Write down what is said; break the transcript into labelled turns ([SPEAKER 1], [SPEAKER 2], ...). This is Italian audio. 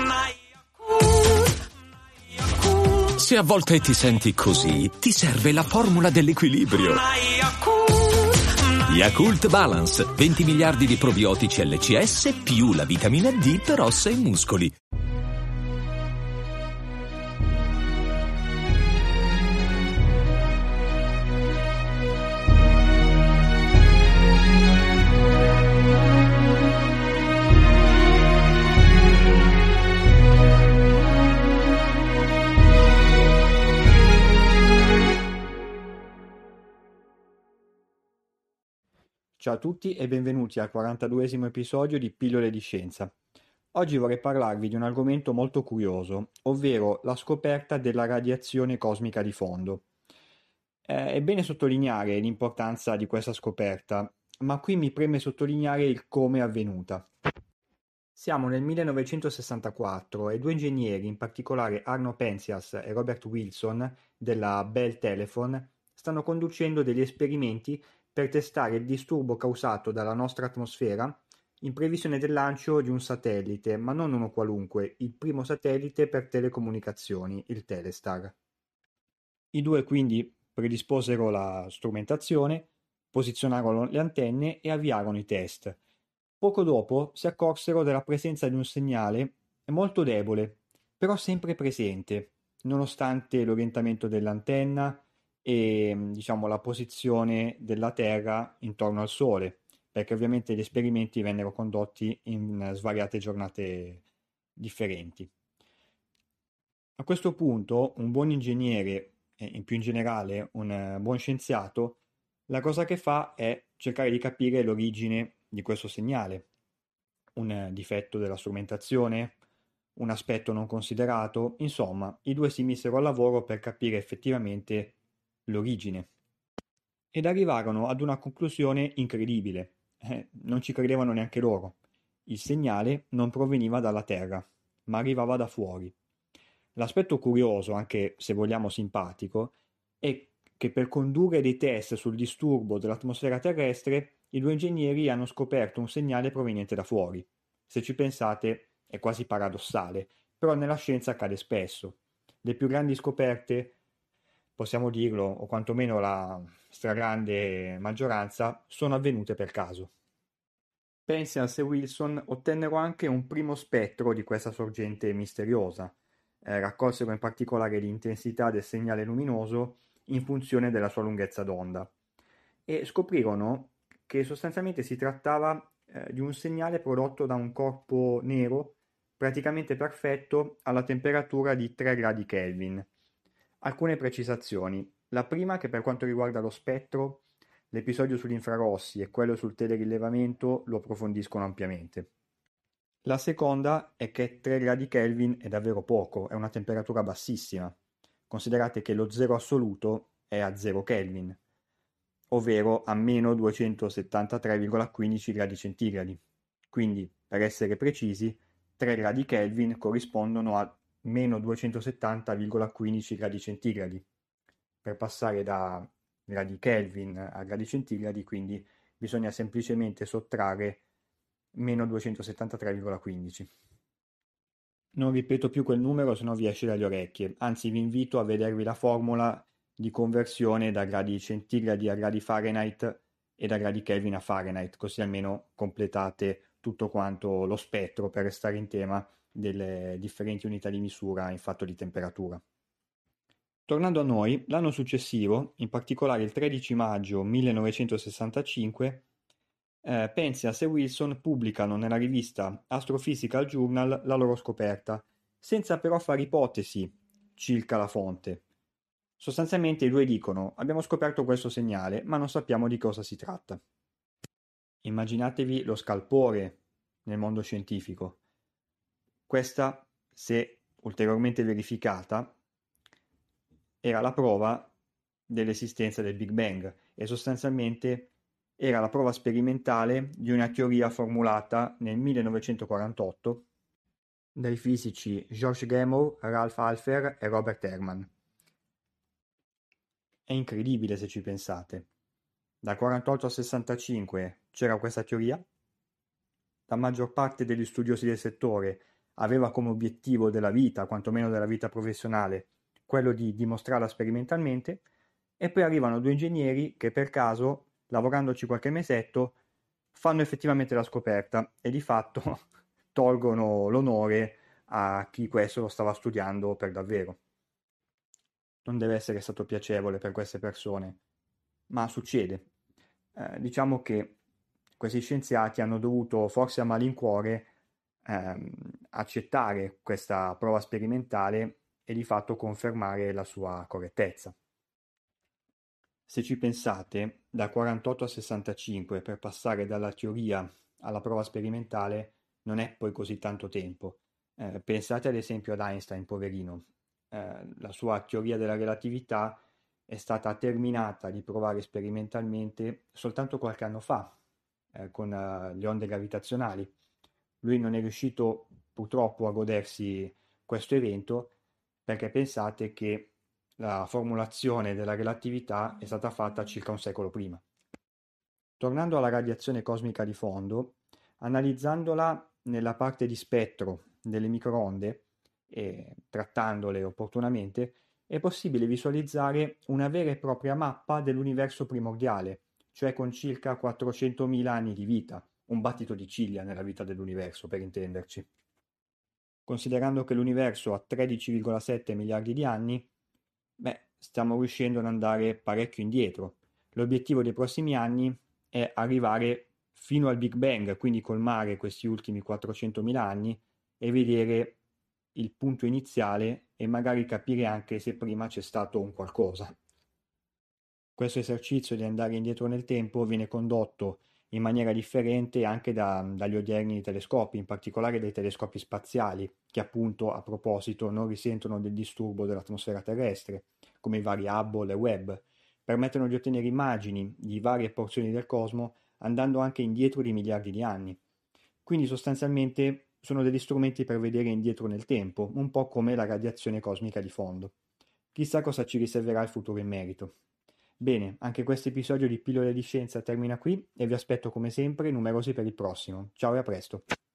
[SPEAKER 1] Se a volte ti senti così, ti serve la formula dell'equilibrio. Yakult Balance, 20 miliardi di probiotici LCS più la vitamina D per ossa e muscoli.
[SPEAKER 2] Ciao a tutti e benvenuti al 42esimo episodio di Pillole di Scienza. Oggi vorrei parlarvi di un argomento molto curioso, ovvero la scoperta della radiazione cosmica di fondo. È bene sottolineare l'importanza di questa scoperta, ma qui mi preme sottolineare il come è avvenuta. Siamo nel 1964 e due ingegneri, in particolare Arno Penzias e Robert Wilson della Bell Telephone, stanno conducendo degli esperimenti per testare il disturbo causato dalla nostra atmosfera in previsione del lancio di un satellite, ma non uno qualunque, il primo satellite per telecomunicazioni, il Telestar. I due quindi predisposero la strumentazione, posizionarono le antenne e avviarono i test. Poco dopo si accorsero della presenza di un segnale molto debole, però sempre presente, nonostante l'orientamento dell'antenna e la posizione della Terra intorno al Sole, perché ovviamente gli esperimenti vennero condotti in svariate giornate differenti. A questo punto un buon ingegnere e in più in generale un buon scienziato la cosa che fa è cercare di capire l'origine di questo segnale, un difetto della strumentazione, un aspetto non considerato, insomma, i due si misero al lavoro per capire effettivamente l'origine ed arrivarono ad una conclusione incredibile. Non ci credevano neanche loro. Il segnale non proveniva dalla Terra, ma arrivava da fuori. L'aspetto curioso, anche se vogliamo simpatico, è che per condurre dei test sul disturbo dell'atmosfera terrestre, i due ingegneri hanno scoperto un segnale proveniente da fuori. Se ci pensate, è quasi paradossale, però nella scienza accade spesso. Le più grandi scoperte, possiamo dirlo, o quantomeno la stragrande maggioranza, sono avvenute per caso. Penzias e Wilson ottennero anche un primo spettro di questa sorgente misteriosa. Raccolsero in particolare l'intensità del segnale luminoso in funzione della sua lunghezza d'onda e scoprirono che sostanzialmente si trattava di un segnale prodotto da un corpo nero praticamente perfetto alla temperatura di 3 gradi Kelvin. Alcune precisazioni. La prima, che per quanto riguarda lo spettro, l'episodio sugli infrarossi e quello sul telerilevamento lo approfondiscono ampiamente. La seconda è che 3 gradi Kelvin è davvero poco, è una temperatura bassissima. Considerate che lo zero assoluto è a 0 Kelvin, ovvero a meno 273,15 gradi centigradi. Quindi, per essere precisi, 3 gradi Kelvin corrispondono a meno 270,15 gradi centigradi. Per passare da gradi Kelvin a gradi centigradi, quindi bisogna semplicemente sottrarre meno 273,15. Non ripeto più quel numero, se no vi esce dalle orecchie. Anzi, vi invito a vedervi la formula di conversione da gradi centigradi a gradi Fahrenheit e da gradi Kelvin a Fahrenheit, così almeno completate tutto quanto lo spettro per restare in tema delle differenti unità di misura in fatto di temperatura. Tornando a noi, l'anno successivo, in particolare il 13 maggio 1965, Penzias e Wilson pubblicano nella rivista Astrophysical Journal la loro scoperta, senza però fare ipotesi circa la fonte. Sostanzialmente i due dicono: abbiamo scoperto questo segnale, ma non sappiamo di cosa si tratta. Immaginatevi lo scalpore nel mondo scientifico. Questa, se ulteriormente verificata, era la prova dell'esistenza del Big Bang e sostanzialmente era la prova sperimentale di una teoria formulata nel 1948 dai fisici George Gamow, Ralph Alpher e Robert Herman. È incredibile se ci pensate. Dal 48 al 65 c'era questa teoria, la maggior parte degli studiosi del settore aveva come obiettivo della vita, quantomeno della vita professionale, quello di dimostrarla sperimentalmente, e poi arrivano due ingegneri che per caso, lavorandoci qualche mesetto, fanno effettivamente la scoperta e di fatto tolgono l'onore a chi questo lo stava studiando per davvero. Non deve essere stato piacevole per queste persone, ma succede. Diciamo che questi scienziati hanno dovuto, forse a malincuore, ehm, accettare questa prova sperimentale e di fatto confermare la sua correttezza. Se ci pensate, da 48 a 65 per passare dalla teoria alla prova sperimentale non è poi così tanto tempo. Pensate ad esempio ad Einstein, poverino. La sua teoria della relatività è stata terminata di provare sperimentalmente soltanto qualche anno fa, con le onde gravitazionali. Lui non è riuscito purtroppo a godersi questo evento perché pensate che la formulazione della relatività è stata fatta circa un secolo prima. Tornando alla radiazione cosmica di fondo, analizzandola nella parte di spettro delle microonde e trattandole opportunamente, è possibile visualizzare una vera e propria mappa dell'universo primordiale, cioè con circa 400.000 anni di vita, un battito di ciglia nella vita dell'universo, per intenderci. Considerando che l'universo ha 13,7 miliardi di anni, stiamo riuscendo ad andare parecchio indietro. L'obiettivo dei prossimi anni è arrivare fino al Big Bang, quindi colmare questi ultimi 400.000 anni e vedere il punto iniziale e magari capire anche se prima c'è stato un qualcosa. Questo esercizio di andare indietro nel tempo viene condotto in maniera differente anche dagli odierni telescopi, in particolare dai telescopi spaziali, che appunto a proposito non risentono del disturbo dell'atmosfera terrestre, come i vari Hubble e Webb, permettono di ottenere immagini di varie porzioni del cosmo andando anche indietro di miliardi di anni. Quindi sostanzialmente sono degli strumenti per vedere indietro nel tempo, un po' come la radiazione cosmica di fondo. Chissà cosa ci riserverà il futuro in merito. Bene, anche questo episodio di Pillole di Scienza termina qui e vi aspetto come sempre numerosi per il prossimo. Ciao e a presto!